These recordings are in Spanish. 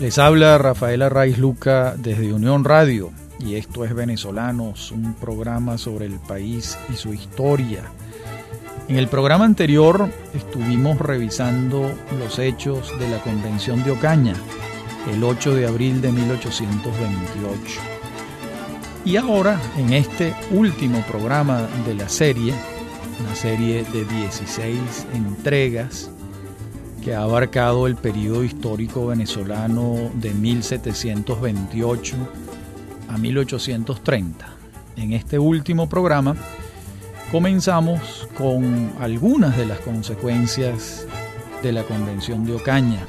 Les habla Rafael Arraiz Luca desde Unión Radio y esto es Venezolanos, un programa sobre el país y su historia. En el programa anterior estuvimos revisando los hechos de la Convención de Ocaña, el 8 de abril de 1828. Y ahora, en este último programa de la serie, una serie de 16 entregas, que ha abarcado el periodo histórico venezolano de 1728 a 1830. En este último programa comenzamos con algunas de las consecuencias de la Convención de Ocaña.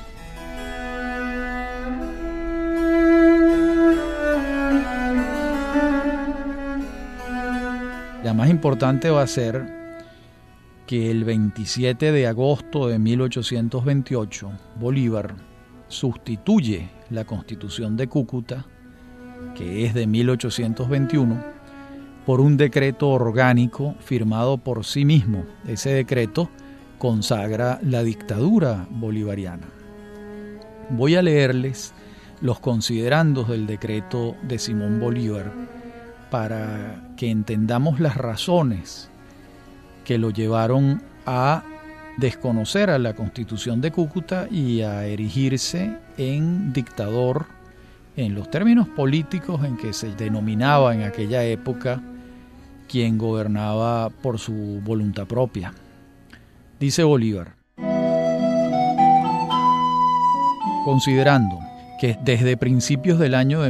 La más importante va a ser que el 27 de agosto de 1828, Bolívar sustituye la Constitución de Cúcuta, que es de 1821, por un decreto orgánico firmado por sí mismo. Ese decreto consagra la dictadura bolivariana. Voy a leerles los considerandos del decreto de Simón Bolívar para que entendamos las razones que lo llevaron a desconocer a la Constitución de Cúcuta y a erigirse en dictador en los términos políticos en que se denominaba en aquella época quien gobernaba por su voluntad propia. Dice Bolívar: considerando que desde principios del año de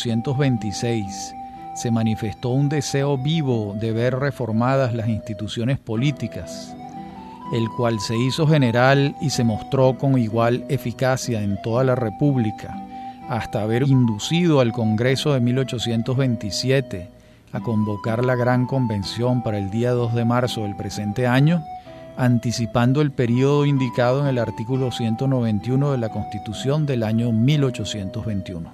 1826 se manifestó un deseo vivo de ver reformadas las instituciones políticas, el cual se hizo general y se mostró con igual eficacia en toda la República, hasta haber inducido al Congreso de 1827 a convocar la Gran Convención para el día 2 de marzo del presente año, anticipando el período indicado en el artículo 191 de la Constitución del año 1821.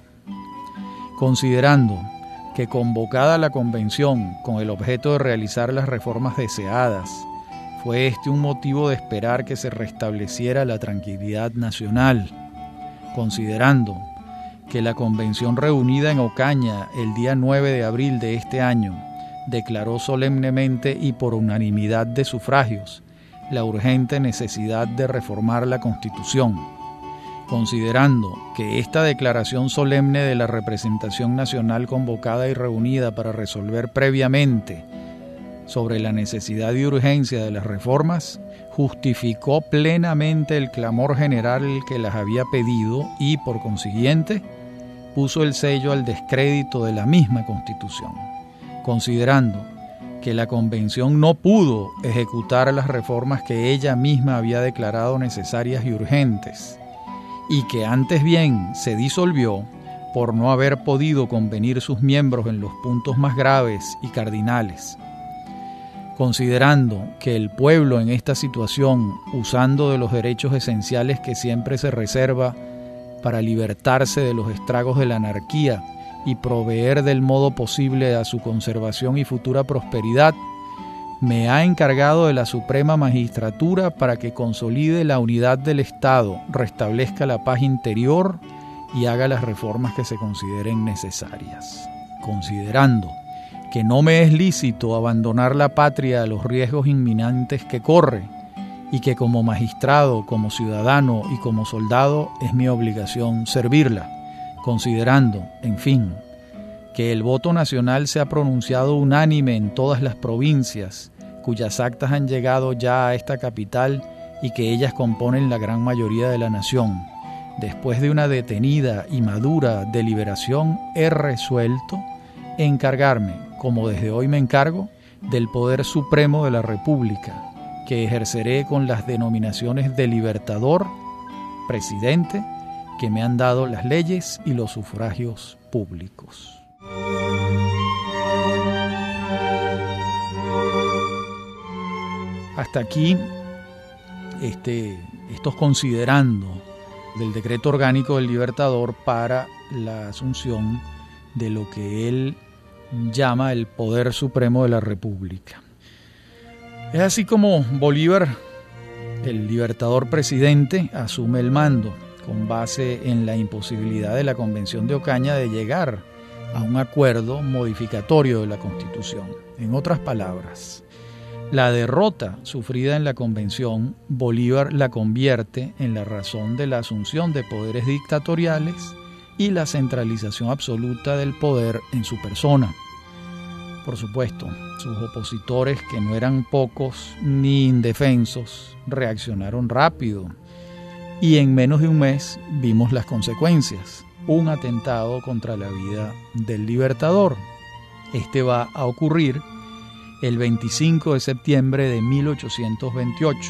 Considerando que convocada la convención con el objeto de realizar las reformas deseadas, fue este un motivo de esperar que se restableciera la tranquilidad nacional, considerando que la convención reunida en Ocaña el día 9 de abril de este año declaró solemnemente y por unanimidad de sufragios la urgente necesidad de reformar la Constitución, considerando que esta declaración solemne de la representación nacional convocada y reunida para resolver previamente sobre la necesidad y urgencia de las reformas, justificó plenamente el clamor general que las había pedido y, por consiguiente, puso el sello al descrédito de la misma Constitución, considerando que la Convención no pudo ejecutar las reformas que ella misma había declarado necesarias y urgentes, y que antes bien se disolvió por no haber podido convenir sus miembros en los puntos más graves y cardinales. Considerando que el pueblo en esta situación, usando de los derechos esenciales que siempre se reserva para libertarse de los estragos de la anarquía y proveer del modo posible a su conservación y futura prosperidad, me ha encargado de la Suprema Magistratura para que consolide la unidad del Estado, restablezca la paz interior y haga las reformas que se consideren necesarias. Considerando que no me es lícito abandonar la patria a los riesgos inminentes que corre y que como magistrado, como ciudadano y como soldado es mi obligación servirla, considerando, en fin, que el voto nacional se ha pronunciado unánime en todas las provincias, cuyas actas han llegado ya a esta capital y que ellas componen la gran mayoría de la nación. Después de una detenida y madura deliberación, he resuelto encargarme, como desde hoy me encargo, del poder supremo de la República, que ejerceré con las denominaciones de Libertador, Presidente, que me han dado las leyes y los sufragios públicos. Hasta aquí estos considerando del decreto orgánico del Libertador para la asunción de lo que él llama el poder supremo de la República. Es así como Bolívar, el libertador presidente, asume el mando, con base en la imposibilidad de la Convención de Ocaña de llegar a un acuerdo modificatorio de la Constitución. En otras palabras, la derrota sufrida en la Convención, Bolívar la convierte en la razón de la asunción de poderes dictatoriales y la centralización absoluta del poder en su persona. Por supuesto, sus opositores, que no eran pocos ni indefensos, reaccionaron rápido y en menos de un mes vimos las consecuencias. Un atentado contra la vida del Libertador. Este va a ocurrir el 25 de septiembre de 1828.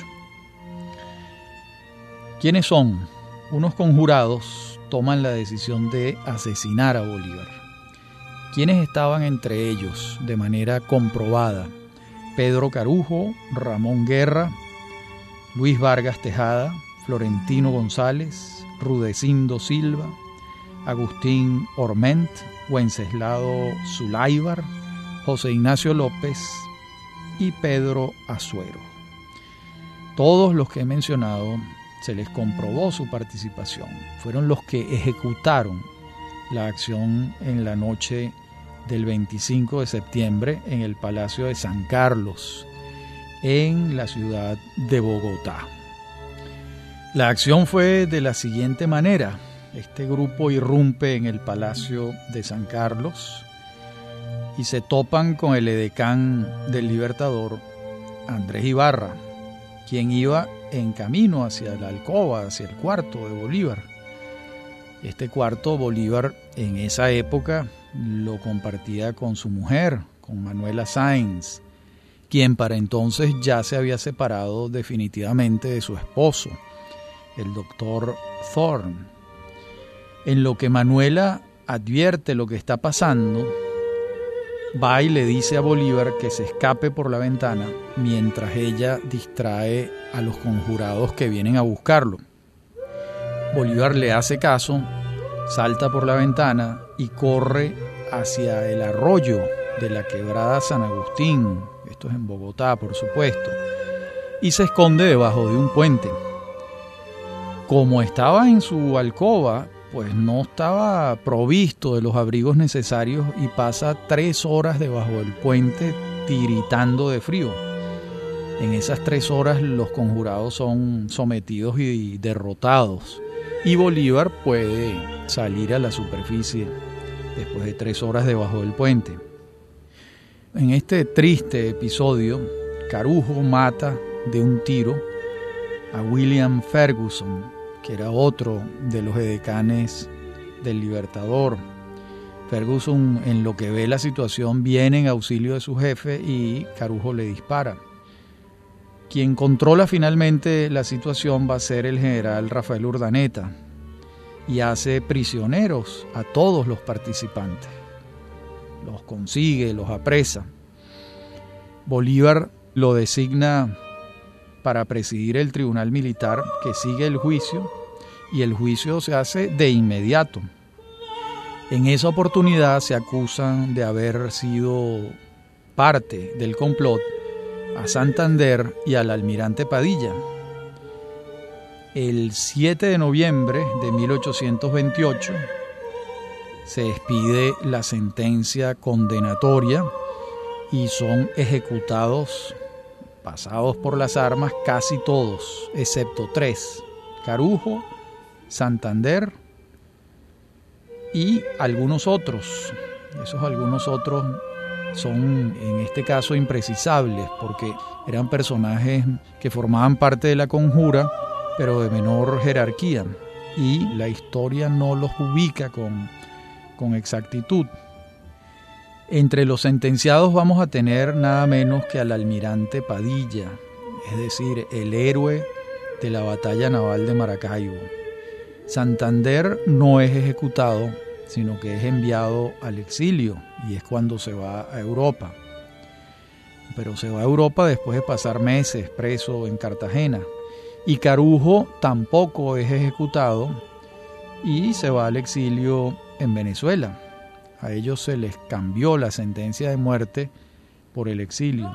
¿Quiénes son? Unos conjurados toman la decisión de asesinar a Bolívar. ¿Quiénes estaban entre ellos de manera comprobada? Pedro Carujo, Ramón Guerra, Luis Vargas Tejada, Florentino González, Rudecindo Silva, Agustín Orment, Wenceslao Zulaybar, José Ignacio López y Pedro Azuero. Todos los que he mencionado se les comprobó su participación. Fueron los que ejecutaron la acción en la noche del 25 de septiembre en el Palacio de San Carlos, en la ciudad de Bogotá. La acción fue de la siguiente manera. Este grupo irrumpe en el Palacio de San Carlos y se topan con el edecán del Libertador, Andrés Ibarra, quien iba en camino hacia la alcoba, hacia el cuarto de Bolívar. Este cuarto Bolívar en esa época lo compartía con su mujer, con Manuela Sáenz, quien para entonces ya se había separado definitivamente de su esposo, el doctor Thorne. En lo que Manuela advierte lo que está pasando, va y le dice a Bolívar que se escape por la ventana mientras ella distrae a los conjurados que vienen a buscarlo. Bolívar le hace caso, salta por la ventana y corre hacia el arroyo de la quebrada San Agustín, esto es en Bogotá por supuesto, y se esconde debajo de un puente. Como estaba en su alcoba, pues no estaba provisto de los abrigos necesarios y pasa 3 horas debajo del puente tiritando de frío. En esas 3 horas los conjurados son sometidos y derrotados y Bolívar puede salir a la superficie después de 3 horas debajo del puente. En este triste episodio, Carujo mata de un tiro a William Ferguson, que era otro de los edecanes del Libertador. Ferguson, en lo que ve la situación, viene en auxilio de su jefe y Carujo le dispara. Quien controla finalmente la situación va a ser el general Rafael Urdaneta y hace prisioneros a todos los participantes. Los consigue, los apresa. Bolívar lo designa para presidir el tribunal militar que sigue el juicio, y el juicio se hace de inmediato. En esa oportunidad se acusan de haber sido parte del complot a Santander y al almirante Padilla. El 7 de noviembre de 1828 se expide la sentencia condenatoria y son ejecutados, pasados por las armas, casi todos, excepto 3, Carujo, Santander y algunos otros. Esos algunos otros son en este caso imprecisables porque eran personajes que formaban parte de la conjura, pero de menor jerarquía, y la historia no los ubica con exactitud. Entre los sentenciados vamos a tener nada menos que al almirante Padilla, es decir, el héroe de la batalla naval de Maracaibo. Santander no es ejecutado, sino que es enviado al exilio, y es cuando se va a Europa. Pero se va a Europa después de pasar meses preso en Cartagena. Y Carujo tampoco es ejecutado y se va al exilio en Venezuela. A ellos se les cambió la sentencia de muerte por el exilio.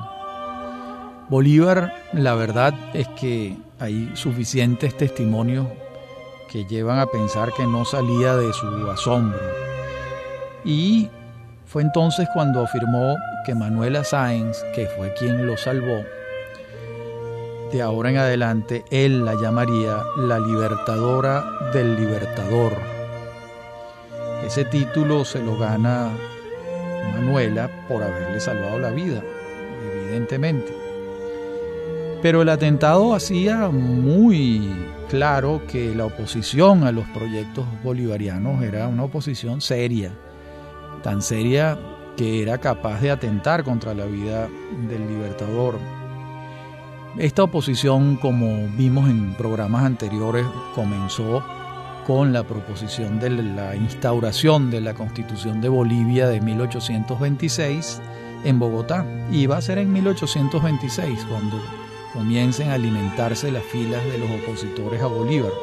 Bolívar, la verdad es que hay suficientes testimonios que llevan a pensar que no salía de su asombro. Y fue entonces cuando afirmó que Manuela Sáenz, que fue quien lo salvó, de ahora en adelante él la llamaría la libertadora del libertador. Ese título se lo gana Manuela por haberle salvado la vida, evidentemente. Pero el atentado hacía muy claro que la oposición a los proyectos bolivarianos era una oposición seria, tan seria que era capaz de atentar contra la vida del libertador. Esta oposición, como vimos en programas anteriores, comenzó con la proposición de la instauración de la Constitución de Bolivia de 1826 en Bogotá, y va a ser en 1826 cuando comiencen a alimentarse las filas de los opositores a Bolívar.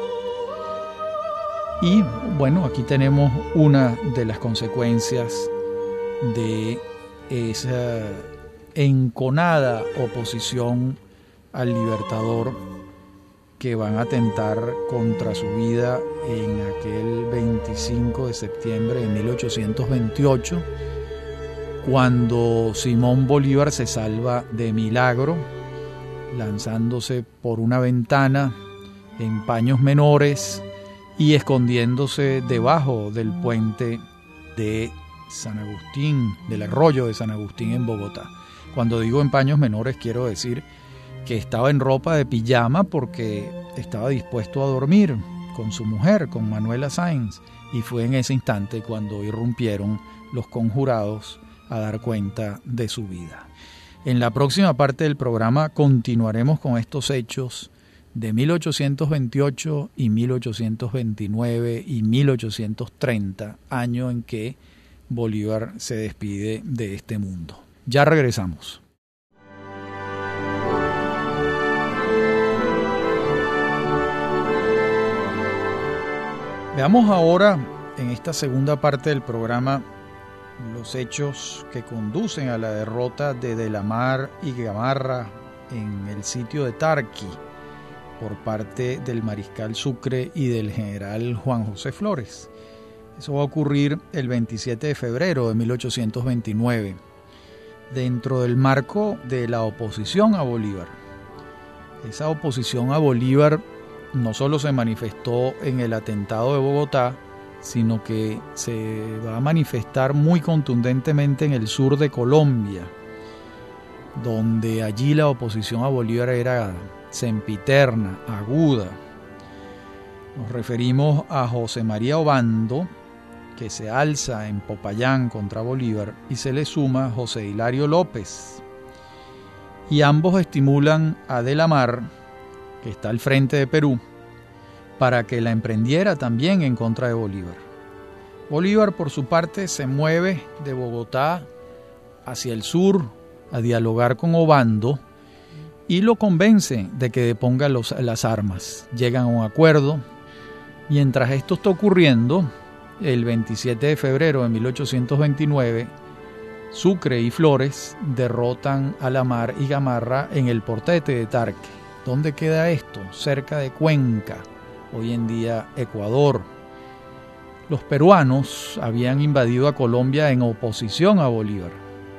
Y bueno, aquí tenemos una de las consecuencias de esa enconada oposición al libertador, que van a atentar contra su vida en aquel 25 de septiembre de 1828, cuando Simón Bolívar se salva de milagro, lanzándose por una ventana en paños menores y escondiéndose debajo del puente de San Agustín, del arroyo de San Agustín en Bogotá. Cuando digo en paños menores, quiero decir que estaba en ropa de pijama porque estaba dispuesto a dormir con su mujer, con Manuela Sáenz, y fue en ese instante cuando irrumpieron los conjurados a dar cuenta de su vida. En la próxima parte del programa continuaremos con estos hechos de 1828 y 1829 y 1830, año en que Bolívar se despide de este mundo. Ya regresamos. Veamos ahora, en esta segunda parte del programa, los hechos que conducen a la derrota de la Mar y Gamarra en el sitio de Tarqui por parte del mariscal Sucre y del general Juan José Flores. Eso va a ocurrir el 27 de febrero de 1829, dentro del marco de la oposición a Bolívar. Esa oposición a Bolívar no solo se manifestó en el atentado de Bogotá, sino que se va a manifestar muy contundentemente en el sur de Colombia, donde allí la oposición a Bolívar era sempiterna, aguda. Nos referimos a José María Obando, que se alza en Popayán contra Bolívar, y se le suma José Hilario López. Y ambos estimulan a De la Mar, que está al frente de Perú, para que la emprendiera también en contra de Bolívar. Bolívar, por su parte, se mueve de Bogotá hacia el sur a dialogar con Obando y lo convence de que deponga las armas. Llegan a un acuerdo. Mientras esto está ocurriendo, el 27 de febrero de 1829, Sucre y Flores derrotan a la Mar y Gamarra en el Portete de Tarque. ¿Dónde queda esto? Cerca de Cuenca, hoy en día Ecuador. Los peruanos habían invadido a Colombia en oposición a Bolívar.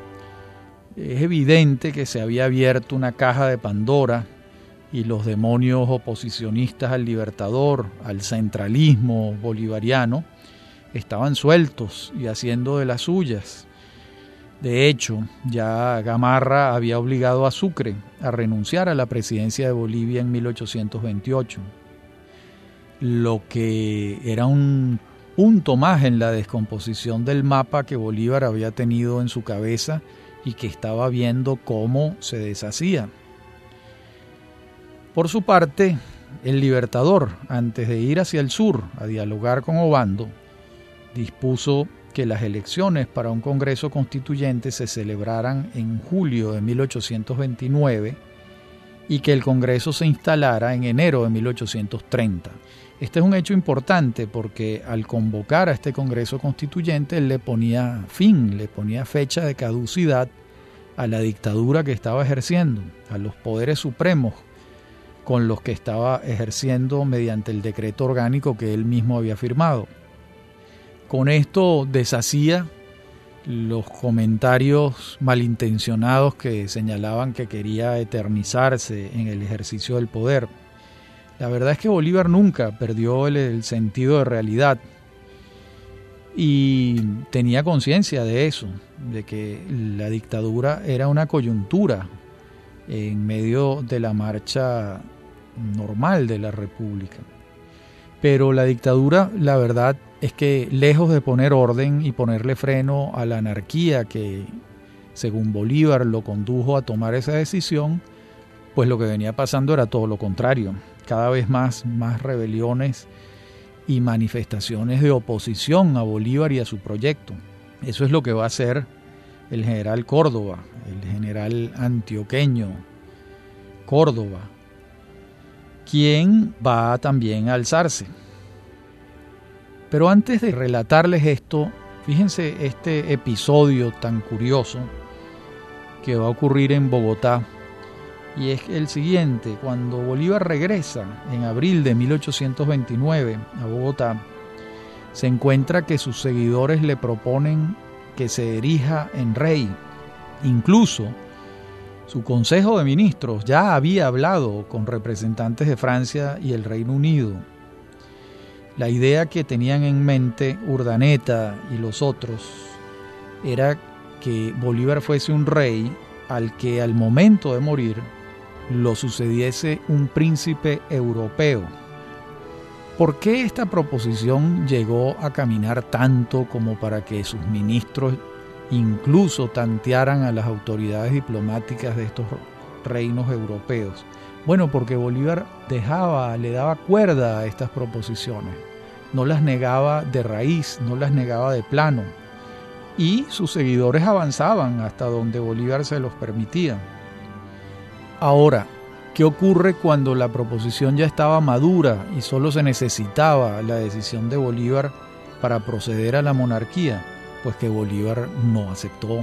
Es evidente que se había abierto una caja de Pandora y los demonios oposicionistas al libertador, al centralismo bolivariano, estaban sueltos y haciendo de las suyas. De hecho, ya Gamarra había obligado a Sucre a renunciar a la presidencia de Bolivia en 1828, lo que era un punto más en la descomposición del mapa que Bolívar había tenido en su cabeza y que estaba viendo cómo se deshacía. Por su parte, el libertador, antes de ir hacia el sur a dialogar con Obando, dispuso que las elecciones para un Congreso Constituyente se celebraran en julio de 1829 y que el Congreso se instalara en enero de 1830. Este es un hecho importante porque al convocar a este Congreso Constituyente él le ponía fin, le ponía fecha de caducidad a la dictadura que estaba ejerciendo, a los poderes supremos con los que estaba ejerciendo mediante el decreto orgánico que él mismo había firmado. Con esto deshacía los comentarios malintencionados que señalaban que quería eternizarse en el ejercicio del poder. La verdad es que Bolívar nunca perdió el sentido de realidad y tenía conciencia de eso, de que la dictadura era una coyuntura en medio de la marcha normal de la República. Pero la dictadura, la verdad es que lejos de poner orden y ponerle freno a la anarquía que, según Bolívar, lo condujo a tomar esa decisión, pues lo que venía pasando era todo lo contrario. Cada vez más rebeliones y manifestaciones de oposición a Bolívar y a su proyecto. Eso es lo que va a hacer el general Córdoba, el general antioqueño Córdoba, quien va también a alzarse. Pero antes de relatarles esto, fíjense este episodio tan curioso que va a ocurrir en Bogotá, y es el siguiente. Cuando Bolívar regresa en abril de 1829 a Bogotá, se encuentra que sus seguidores le proponen que se erija en rey. Incluso su Consejo de Ministros ya había hablado con representantes de Francia y el Reino Unido. La idea que tenían en mente Urdaneta y los otros era que Bolívar fuese un rey al que al momento de morir lo sucediese un príncipe europeo. ¿Por qué esta proposición llegó a caminar tanto como para que sus ministros incluso tantearan a las autoridades diplomáticas de estos reinos europeos? Bueno, porque Bolívar le daba cuerda a estas proposiciones, no las negaba de raíz, no las negaba de plano, y sus seguidores avanzaban hasta donde Bolívar se los permitía. Ahora, ¿qué ocurre cuando la proposición ya estaba madura y solo se necesitaba la decisión de Bolívar para proceder a la monarquía? Pues que Bolívar no aceptó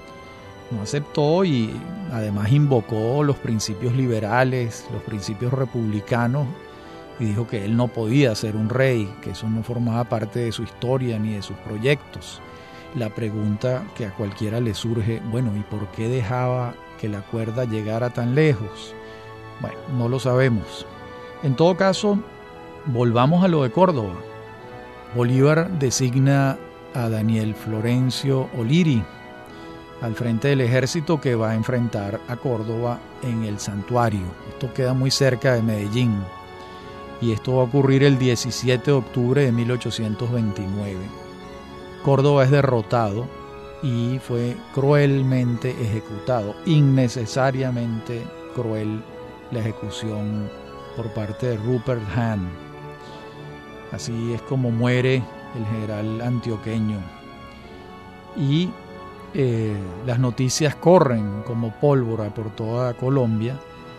y además invocó los principios liberales, los principios republicanos, y dijo que él no podía ser un rey, que eso no formaba parte de su historia ni de sus proyectos. La pregunta que a cualquiera le surge, bueno, ¿y por qué dejaba que la cuerda llegara tan lejos? Bueno, no lo sabemos. En todo caso, volvamos a lo de Córdoba. Bolívar designa a Daniel Florencio Oliri al frente del ejército que va a enfrentar a Córdoba en el Santuario. Esto queda muy cerca de Medellín y esto va a ocurrir el 17 de octubre de 1829. Córdoba es derrotado y fue cruelmente ejecutado, innecesariamente cruel la ejecución por parte de Rupert Hahn. Así es como muere el general antioqueño. Y las noticias corren como pólvora por toda Colombia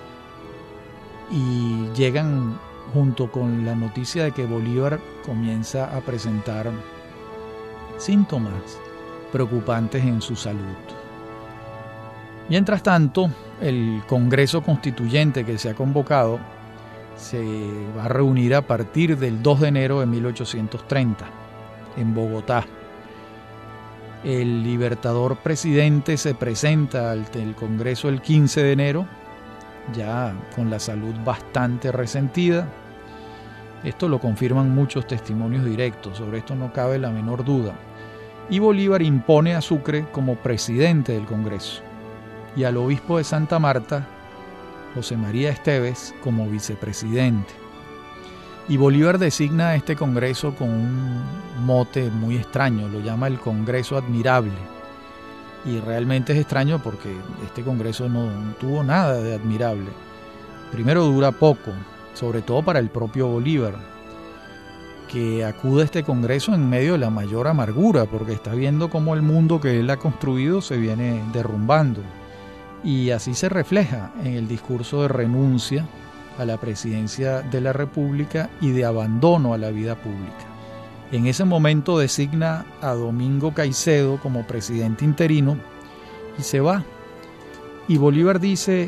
y llegan junto con la noticia de que Bolívar comienza a presentar síntomas preocupantes en su salud. Mientras tanto, el Congreso Constituyente que se ha convocado se va a reunir a partir del 2 de enero de 1830 en Bogotá. El libertador presidente se presenta ante el Congreso el 15 de enero, ya con la salud bastante resentida. Esto lo confirman muchos testimonios directos, sobre esto no cabe la menor duda. Y Bolívar impone a Sucre como presidente del Congreso y al obispo de Santa Marta, José María Esteves, como vicepresidente. Y Bolívar designa a este Congreso con un mote muy extraño, lo llama el Congreso Admirable. Y realmente es extraño porque este Congreso no tuvo nada de admirable. Primero, dura poco, sobre todo para el propio Bolívar, que acude a este Congreso en medio de la mayor amargura, porque está viendo cómo el mundo que él ha construido se viene derrumbando. Y así se refleja en el discurso de renuncia a la presidencia de la República y de abandono a la vida pública. En ese momento designa a Domingo Caicedo como presidente interino y se va. Y Bolívar dice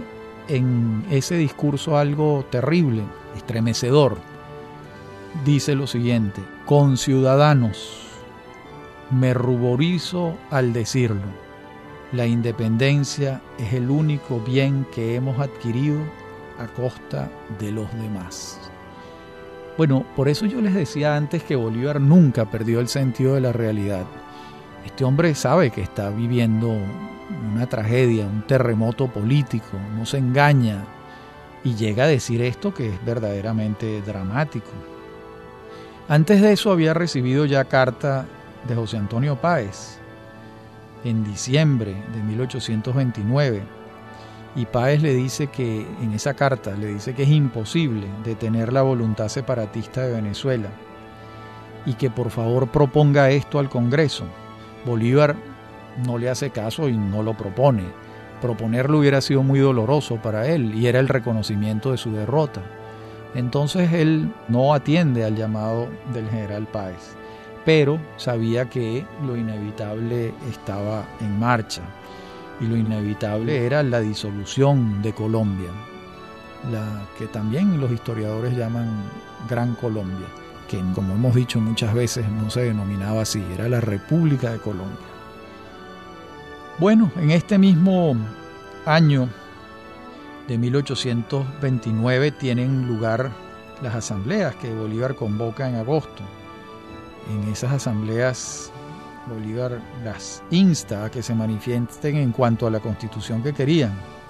en ese discurso algo terrible, estremecedor. Dice lo siguiente: conciudadanos, me ruborizo al decirlo, la independencia es el único bien que hemos adquirido a costa de los demás. Bueno, por eso yo les decía antes que Bolívar nunca perdió el sentido de la realidad. Este hombre sabe que está viviendo una tragedia, un terremoto político, no se engaña y llega a decir esto que es verdaderamente dramático. Antes de eso había recibido ya carta de José Antonio Páez en diciembre de 1829. Y Páez le dice que, en esa carta, le dice que es imposible detener la voluntad separatista de Venezuela y que por favor proponga esto al Congreso. Bolívar no le hace caso y no lo propone. Proponerlo hubiera sido muy doloroso para él y era el reconocimiento de su derrota. Entonces él no atiende al llamado del general Páez, pero sabía que lo inevitable estaba en marcha. Y lo inevitable era la disolución de Colombia, la que también los historiadores llaman Gran Colombia, que como hemos dicho muchas veces no se denominaba así, era la República de Colombia. Bueno, en este mismo año de 1829 tienen lugar las asambleas que Bolívar convoca en agosto. En esas asambleas Bolívar las insta a que se manifiesten en cuanto a la constitución que querían.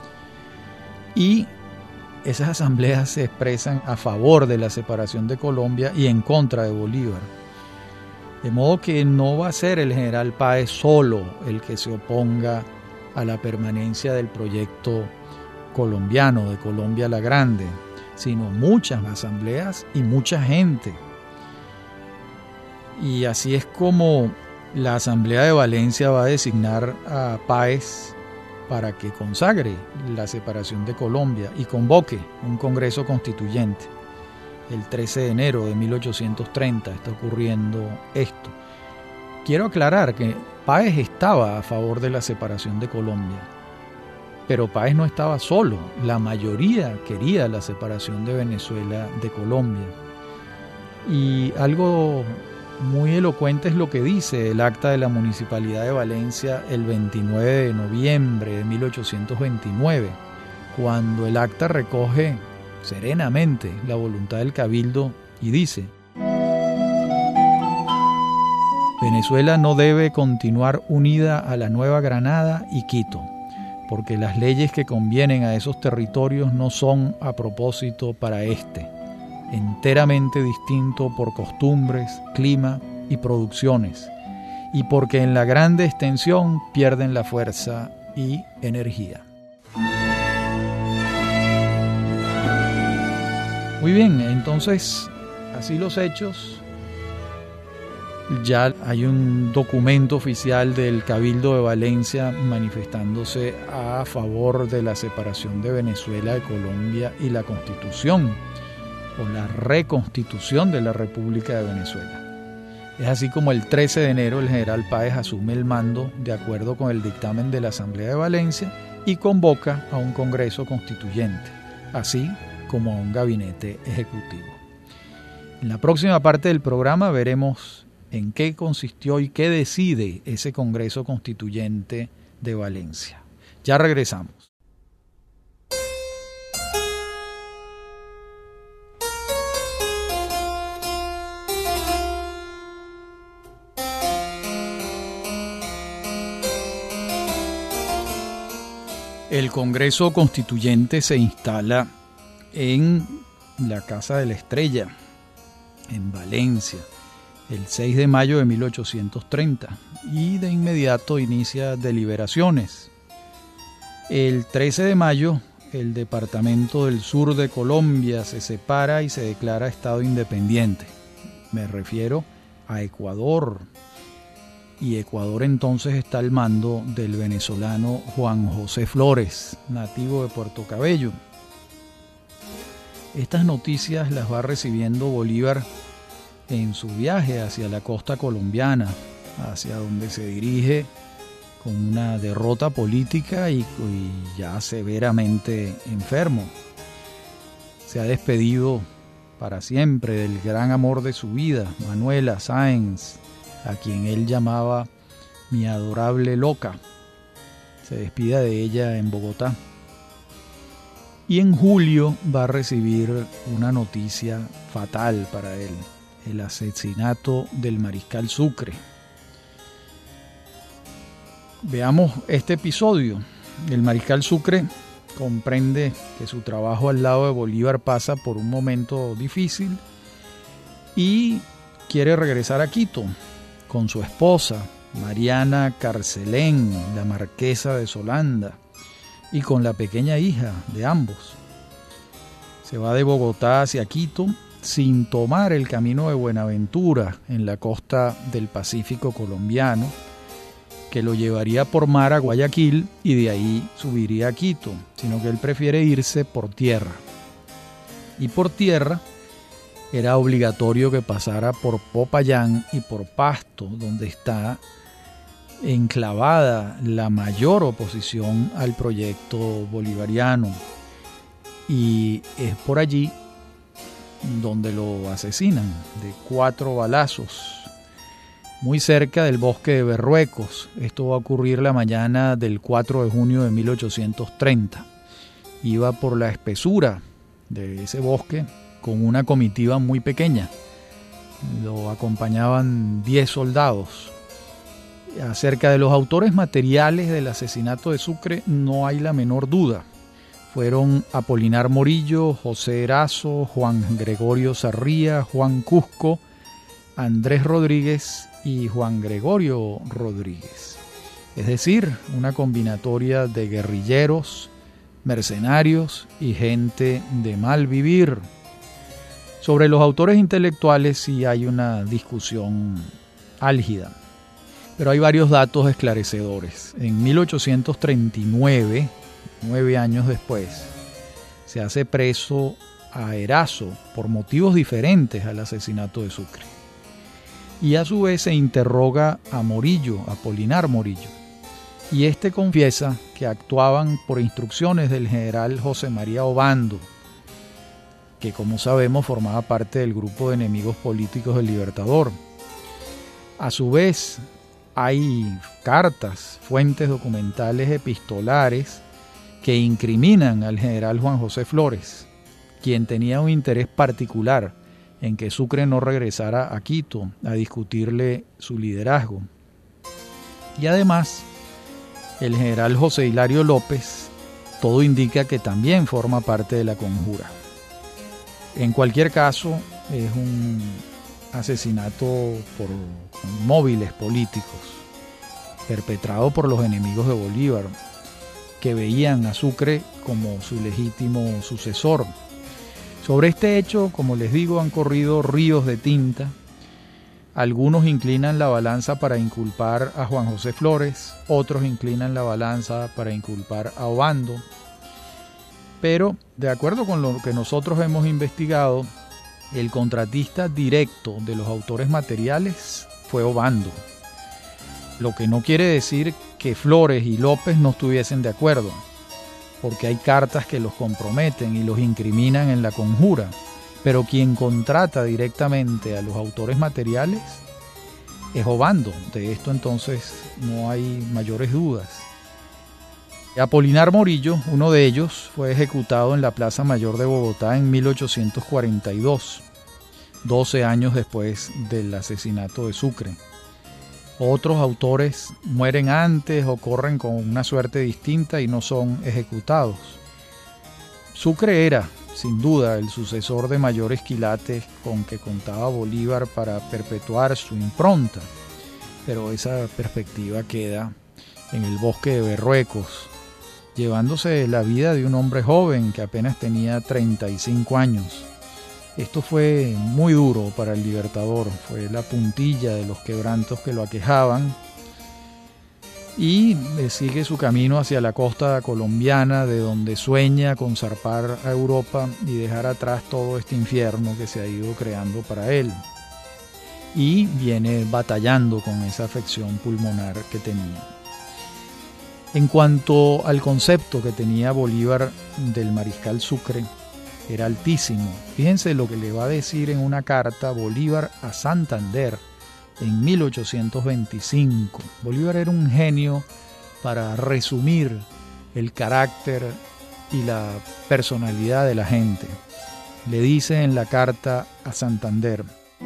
Y esas asambleas se expresan a favor de la separación de Colombia y en contra de Bolívar. De modo que no va a ser el general Páez solo el que se oponga a la permanencia del proyecto colombiano, de Colombia la Grande, sino muchas asambleas y mucha gente. Y así es como la Asamblea de Valencia va a designar a Páez para que consagre la separación de Colombia y convoque un Congreso Constituyente. El 13 de enero de 1830 está ocurriendo esto. Quiero aclarar que Páez estaba a favor de la separación de Colombia, pero Páez no estaba solo. La mayoría quería la separación de Venezuela de Colombia. Y algo muy elocuente es lo que dice el acta de la Municipalidad de Valencia el 29 de noviembre de 1829, cuando el acta recoge serenamente la voluntad del Cabildo y dice: Venezuela no debe continuar unida a la Nueva Granada y Quito, porque las leyes que convienen a esos territorios no son a propósito para este, enteramente distinto por costumbres, clima y producciones, y porque en la grande extensión pierden la fuerza y energía. Muy bien, entonces, así los hechos. Ya hay un documento oficial del Cabildo de Valencia manifestándose a favor de la separación de Venezuela de Colombia y la Constitución o la reconstitución de la República de Venezuela. Es así como el 13 de enero el general Páez asume el mando de acuerdo con el dictamen de la Asamblea de Valencia y convoca a un Congreso Constituyente, así como a un gabinete ejecutivo. En la próxima parte del programa veremos en qué consistió y qué decide ese Congreso Constituyente de Valencia. Ya regresamos. El Congreso Constituyente se instala en la Casa de la Estrella, en Valencia, el 6 de mayo de 1830, y de inmediato inicia deliberaciones. El 13 de mayo, el departamento del sur de Colombia se separa y se declara estado independiente. Me refiero a Ecuador. Y Ecuador entonces está al mando del venezolano Juan José Flores, nativo de Puerto Cabello. Estas noticias las va recibiendo Bolívar en su viaje hacia la costa colombiana, hacia donde se dirige con una derrota política y ya severamente enfermo. Se ha despedido para siempre del gran amor de su vida, Manuela Sáenz, a quien él llamaba mi adorable loca. Se despide de ella en Bogotá. Y en julio va a recibir una noticia fatal para él: el asesinato del mariscal Sucre. Veamos este episodio. El mariscal Sucre comprende que su trabajo al lado de Bolívar pasa por un momento difícil y quiere regresar a Quito con su esposa, Mariana Carcelén, la marquesa de Solanda, y con la pequeña hija de ambos. Se va de Bogotá hacia Quito sin tomar el camino de Buenaventura en la costa del Pacífico colombiano, que lo llevaría por mar a Guayaquil y de ahí subiría a Quito, sino que él prefiere irse por tierra. Y por tierra era obligatorio que pasara por Popayán y por Pasto, donde está enclavada la mayor oposición al proyecto bolivariano, y es por allí donde lo asesinan de 4 balazos, muy cerca del bosque de Berruecos. Esto va a ocurrir la mañana del 4 de junio de 1830. Iba por la espesura de ese bosque con una comitiva muy pequeña. Lo acompañaban 10 soldados. Acerca de los autores materiales del asesinato de Sucre no hay la menor duda. Fueron Apolinar Morillo, José Erazo, Juan Gregorio Sarría, Juan Cusco, Andrés Rodríguez y Juan Gregorio Rodríguez. Es decir, una combinatoria de guerrilleros, mercenarios y gente de mal vivir. Sobre los autores intelectuales sí hay una discusión álgida, pero hay varios datos esclarecedores. En 1839, 9 años después, se hace preso a Erazo por motivos diferentes al asesinato de Sucre. Y a su vez se interroga a Morillo, a Apolinar Morillo. Y este confiesa que actuaban por instrucciones del general José María Obando, que como sabemos formaba parte del grupo de enemigos políticos del Libertador. A su vez hay cartas, fuentes documentales epistolares que incriminan al general Juan José Flores, quien tenía un interés particular en que Sucre no regresara a Quito a discutirle su liderazgo. Y además, el general José Hilario López, todo indica que también forma parte de la conjura. En cualquier caso, es un asesinato por móviles políticos, perpetrado por los enemigos de Bolívar, que veían a Sucre como su legítimo sucesor. Sobre este hecho, como les digo, han corrido ríos de tinta. Algunos inclinan la balanza para inculpar a Juan José Flores, otros inclinan la balanza para inculpar a Obando. Pero, de acuerdo con lo que nosotros hemos investigado, el contratista directo de los autores materiales fue Obando. Lo que no quiere decir que Flores y López no estuviesen de acuerdo, porque hay cartas que los comprometen y los incriminan en la conjura, pero quien contrata directamente a los autores materiales es Obando. De esto entonces no hay mayores dudas. Apolinar Morillo, uno de ellos, fue ejecutado en la Plaza Mayor de Bogotá en 1842, 12 años después del asesinato de Sucre. Otros autores mueren antes o corren con una suerte distinta y no son ejecutados. Sucre era, sin duda, el sucesor de mayores quilates con que contaba Bolívar para perpetuar su impronta, pero esa perspectiva queda en el bosque de Berruecos, llevándose la vida de un hombre joven que apenas tenía 35 años. Esto fue muy duro para el Libertador, fue la puntilla de los quebrantos que lo aquejaban, y sigue su camino hacia la costa colombiana, de donde sueña con zarpar a Europa y dejar atrás todo este infierno que se ha ido creando para él. Y viene batallando con esa afección pulmonar que tenía. En cuanto al concepto que tenía Bolívar del mariscal Sucre, era altísimo. Fíjense lo que le va a decir en una carta Bolívar a Santander en 1825. Bolívar era un genio para resumir el carácter y la personalidad de la gente. Le dice en la carta a Santander: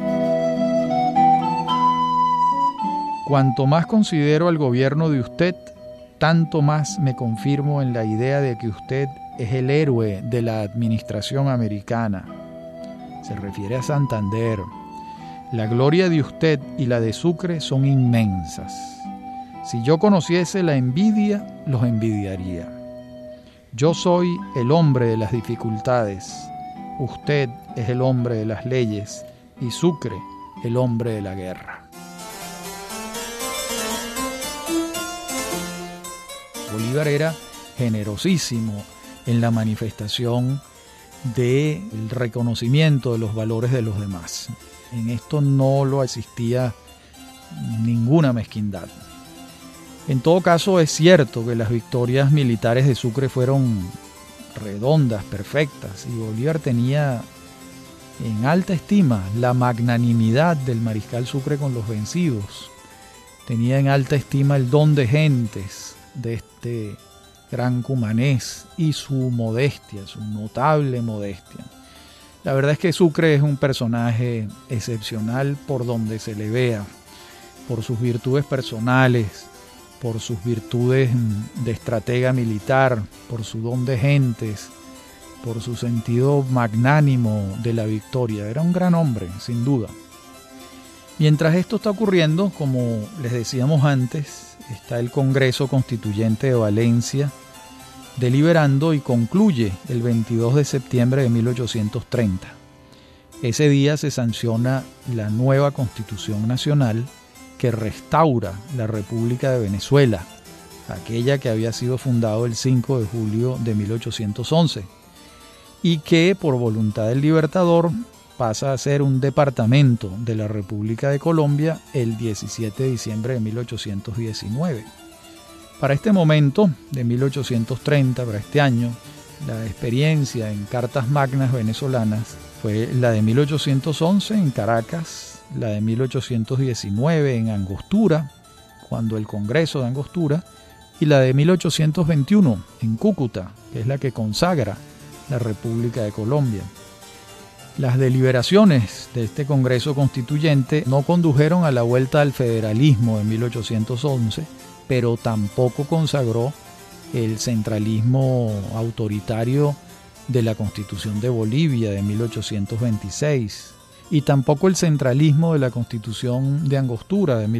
cuanto más considero al gobierno de usted, tanto más me confirmo en la idea de que usted es el héroe de la administración americana. Se refiere a Santander. La gloria de usted y la de Sucre son inmensas. Si yo conociese la envidia, los envidiaría. Yo soy el hombre de las dificultades. Usted es el hombre de las leyes y Sucre el hombre de la guerra. Bolívar era generosísimo en la manifestación del reconocimiento de los valores de los demás. En esto no lo existía ninguna mezquindad. En todo caso, es cierto que las victorias militares de Sucre fueron redondas, perfectas, y Bolívar tenía en alta estima la magnanimidad del mariscal Sucre con los vencidos. Tenía en alta estima el don de gentes de este gran cumanés y su modestia, su notable modestia. La verdad es que Sucre es un personaje excepcional por donde se le vea, por sus virtudes personales, por sus virtudes de estratega militar, por su don de gentes, por su sentido magnánimo de la victoria. Era un gran hombre, sin duda. Mientras esto está ocurriendo, como les decíamos antes, está el Congreso Constituyente de Valencia deliberando y concluye el 22 de septiembre de 1830. Ese día se sanciona la nueva Constitución Nacional que restaura la República de Venezuela, aquella que había sido fundada el 5 de julio de 1811 y que por voluntad del Libertador pasa a ser un departamento de la República de Colombia el 17 de diciembre de 1819. Para este momento, de 1830, para este año, la experiencia en cartas magnas venezolanas fue la de 1811 en Caracas, la de 1819 en Angostura, cuando el Congreso de Angostura, y la de 1821 en Cúcuta, que es la que consagra la República de Colombia. Las deliberaciones de este Congreso Constituyente no condujeron a la vuelta al federalismo de 1811, pero tampoco consagró el centralismo autoritario de la Constitución de Bolivia de 1826 y tampoco el centralismo de la Constitución de Angostura de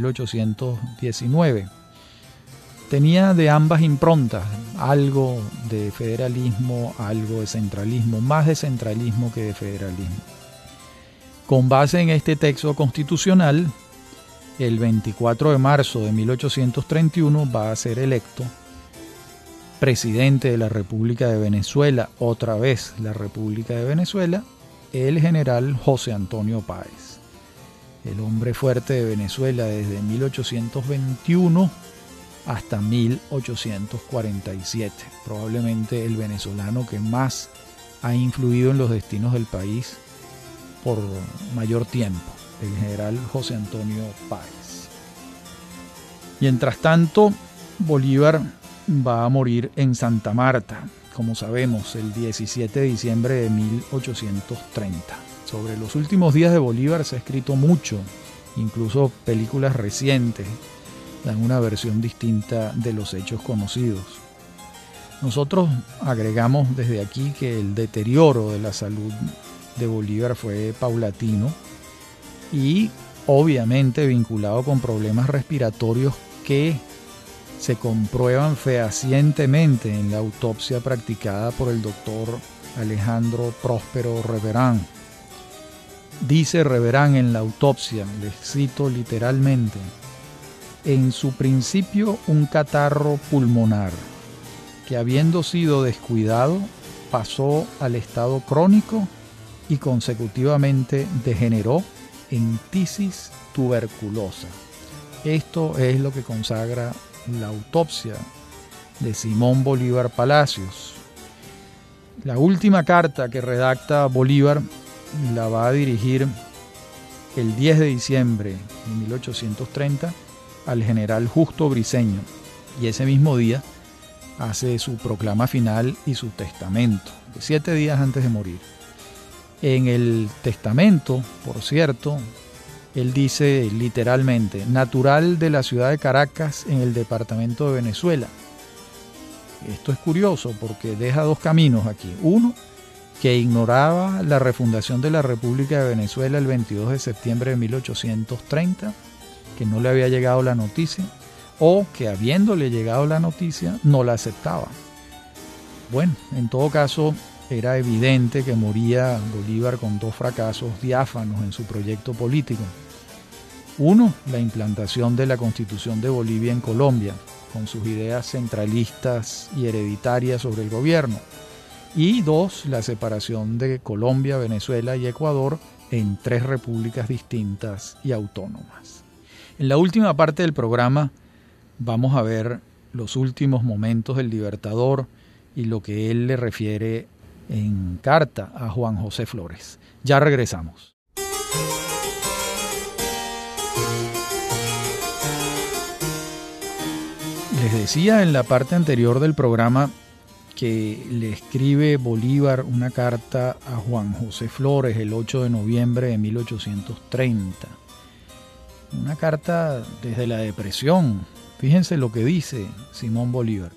1819. Tenía de ambas improntas, algo de federalismo, algo de centralismo, más de centralismo que de federalismo. Con base en este texto constitucional, el 24 de marzo de 1831 va a ser electo presidente de la República de Venezuela, otra vez la República de Venezuela, el general José Antonio Páez, el hombre fuerte de Venezuela desde 1821 hasta 1847, probablemente el venezolano que más ha influido en los destinos del país por mayor tiempo, el general José Antonio Páez. Mientras tanto, Bolívar va a morir en Santa Marta, como sabemos, el 17 de diciembre de 1830. Sobre los últimos días de Bolívar se ha escrito mucho, incluso películas recientes dan una versión distinta de los hechos conocidos. Nosotros agregamos desde aquí que el deterioro de la salud de Bolívar fue paulatino y obviamente vinculado con problemas respiratorios que se comprueban fehacientemente en la autopsia practicada por el doctor Alejandro Próspero Reverán. Dice Reverán en la autopsia, les cito literalmente: en su principio un catarro pulmonar que, habiendo sido descuidado, pasó al estado crónico y consecutivamente degeneró en tisis tuberculosa. Esto es lo que consagra la autopsia de Simón Bolívar Palacios. La última carta que redacta Bolívar la va a dirigir el 10 de diciembre de 1830 al general Justo Briceño, y ese mismo día hace su proclama final y su testamento, 7 días antes de morir. En el testamento, por cierto, él dice literalmente: natural de la ciudad de Caracas, en el departamento de Venezuela. Esto es curioso porque deja dos caminos aquí. Uno, que ignoraba la refundación de la República de Venezuela el 22 de septiembre de 1830, que no le había llegado la noticia, o que habiéndole llegado la noticia no la aceptaba. Bueno, en todo caso, era evidente que moría Bolívar con dos fracasos diáfanos en su proyecto político. Uno, la implantación de la Constitución de Bolivia en Colombia, con sus ideas centralistas y hereditarias sobre el gobierno. Y dos, la separación de Colombia, Venezuela y Ecuador en 3 repúblicas distintas y autónomas. En la última parte del programa vamos a ver los últimos momentos del Libertador y lo que él le refiere en carta a Juan José Flores. Ya regresamos. Les decía en la parte anterior del programa que le escribe Bolívar una carta a Juan José Flores el 8 de noviembre de 1830. Una carta desde la depresión. Fíjense lo que dice Simón Bolívar.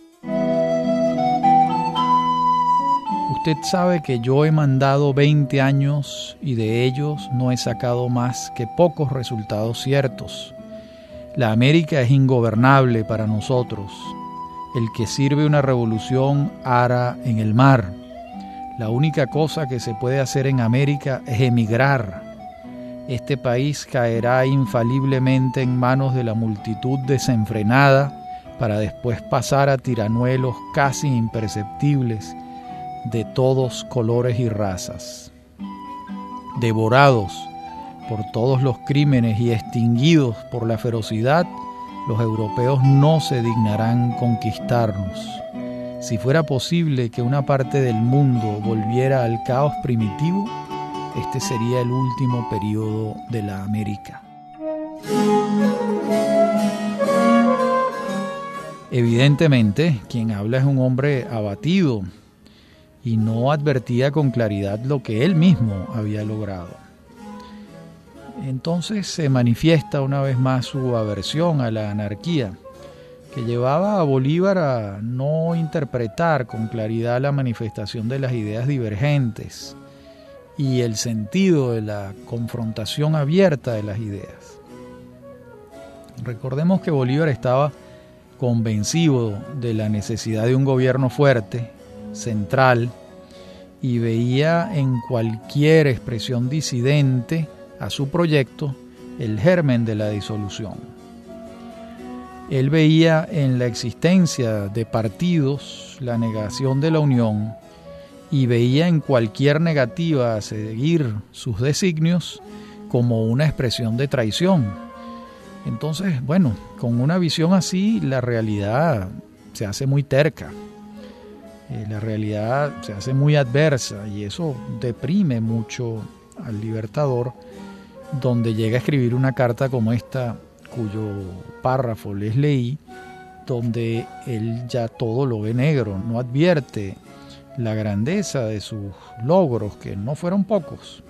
Usted sabe que yo he mandado 20 años y de ellos no he sacado más que pocos resultados ciertos. La América es ingobernable para nosotros. El que sirve una revolución ara en el mar. La única cosa que se puede hacer en América es emigrar. Este país caerá infaliblemente en manos de la multitud desenfrenada para después pasar a tiranuelos casi imperceptibles de todos colores y razas. Devorados por todos los crímenes y extinguidos por la ferocidad, los europeos no se dignarán conquistarnos. Si fuera posible que una parte del mundo volviera al caos primitivo, este sería el último periodo de la América. Evidentemente, quien habla es un hombre abatido y no advertía con claridad lo que él mismo había logrado. Entonces se manifiesta una vez más su aversión a la anarquía, que llevaba a Bolívar a no interpretar con claridad la manifestación de las ideas divergentes y el sentido de la confrontación abierta de las ideas. Recordemos que Bolívar estaba convencido de la necesidad de un gobierno fuerte, central, y veía en cualquier expresión disidente a su proyecto el germen de la disolución. Él veía en la existencia de partidos la negación de la unión y veía en cualquier negativa a seguir sus designios como una expresión de traición. Entonces, bueno, con una visión así la realidad se hace muy terca, la realidad se hace muy adversa y eso deprime mucho al Libertador, donde llega a escribir una carta como esta, cuyo párrafo les leí, donde él ya todo lo ve negro, no advierte la grandeza de sus logros, que no fueron pocos.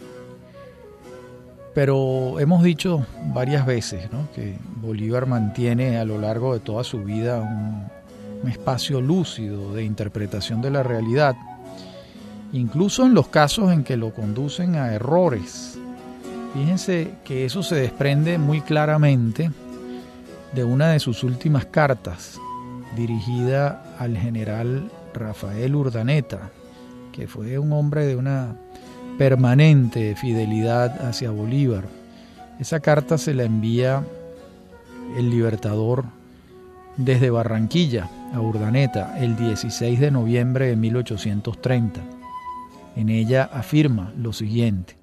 Pero hemos dicho varias veces, ¿no?, que Bolívar mantiene a lo largo de toda su vida un espacio lúcido de interpretación de la realidad, incluso en los casos en que lo conducen a errores. Fíjense que eso se desprende muy claramente de una de sus últimas cartas, dirigida al general Rafael Urdaneta, que fue un hombre de una permanente fidelidad hacia Bolívar. Esa carta se la envía el Libertador desde Barranquilla a Urdaneta el 16 de noviembre de 1830. En ella afirma lo siguiente: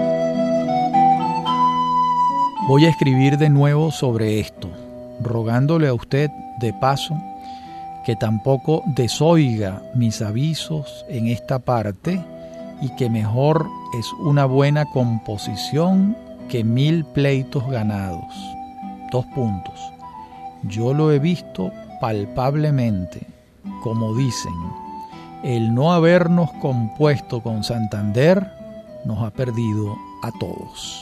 voy a escribir de nuevo sobre esto, rogándole a usted, de paso, que tampoco desoiga mis avisos en esta parte y que mejor es una buena composición que 1000 pleitos ganados. 2 puntos. Yo lo he visto palpablemente, como dicen, el no habernos compuesto con Santander nos ha perdido a todos.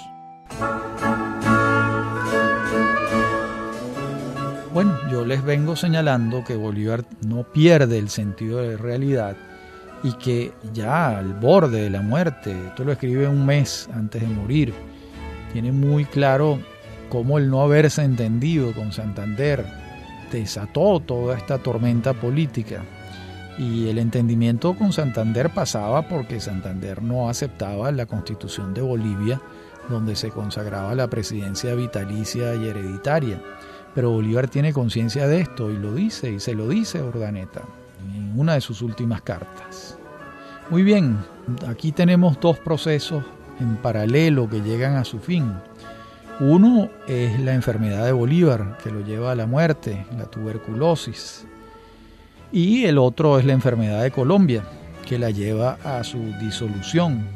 Bueno, yo les vengo señalando que Bolívar no pierde el sentido de realidad y que ya al borde de la muerte, esto lo escribe un mes antes de morir, tiene muy claro cómo el no haberse entendido con Santander desató toda esta tormenta política. Y el entendimiento con Santander pasaba porque Santander no aceptaba la Constitución de Bolivia, donde se consagraba la presidencia vitalicia y hereditaria. Pero Bolívar tiene conciencia de esto y lo dice, y se lo dice a Urdaneta en una de sus últimas cartas. Muy bien, aquí tenemos 2 procesos en paralelo que llegan a su fin. Uno es la enfermedad de Bolívar, que lo lleva a la muerte, la tuberculosis. Y el otro es la enfermedad de Colombia, que la lleva a su disolución.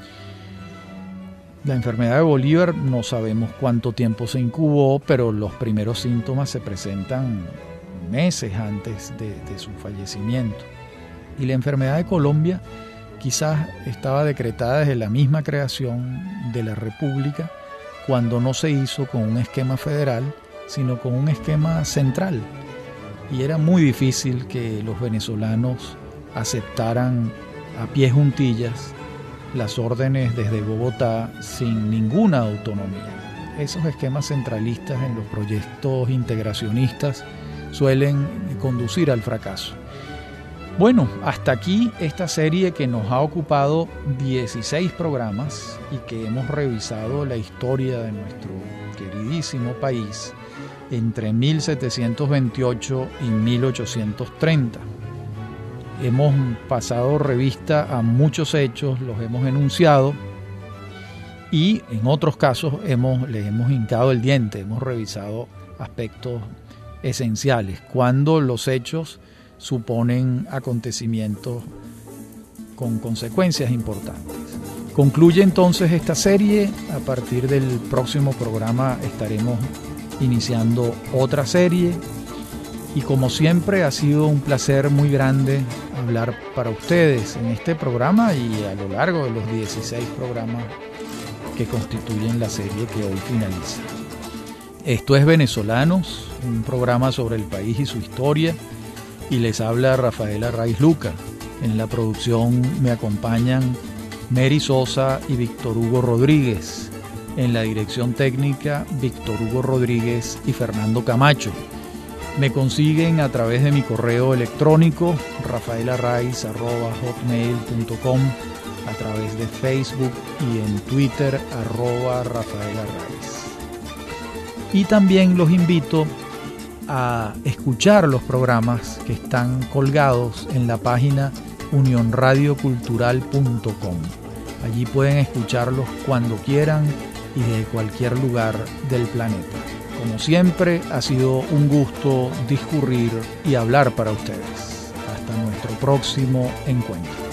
La enfermedad de Bolívar no sabemos cuánto tiempo se incubó, pero los primeros síntomas se presentan meses antes de su fallecimiento. Y la enfermedad de Colombia quizás estaba decretada desde la misma creación de la República, cuando no se hizo con un esquema federal, sino con un esquema central. Y era muy difícil que los venezolanos aceptaran a pie juntillas las órdenes desde Bogotá sin ninguna autonomía. Esos esquemas centralistas en los proyectos integracionistas suelen conducir al fracaso. Bueno, hasta aquí esta serie que nos ha ocupado 16 programas y que hemos revisado la historia de nuestro queridísimo país entre 1728 y 1830. Hemos pasado revista a muchos hechos, los hemos enunciado y en otros casos les hemos hincado el diente, hemos revisado aspectos esenciales, cuando los hechos suponen acontecimientos con consecuencias importantes. Concluye entonces esta serie. A partir del próximo programa estaremos iniciando otra serie y como siempre ha sido un placer muy grande hablar para ustedes en este programa y a lo largo de los 16 programas que constituyen la serie que hoy finaliza. Esto es Venezolanos, un programa sobre el país y su historia, y les habla Rafael Arraiz Luca. En la producción me acompañan Mary Sosa y Víctor Hugo Rodríguez. En la dirección técnica, Víctor Hugo Rodríguez y Fernando Camacho. Me consiguen a través de mi correo electrónico rafaelarraiz@hotmail.com, a través de Facebook y en Twitter @rafaelarraiz. Y también los invito a escuchar los programas que están colgados en la página unionradiocultural.com. Allí pueden escucharlos cuando quieran y de cualquier lugar del planeta. Como siempre, ha sido un gusto discurrir y hablar para ustedes. Hasta nuestro próximo encuentro.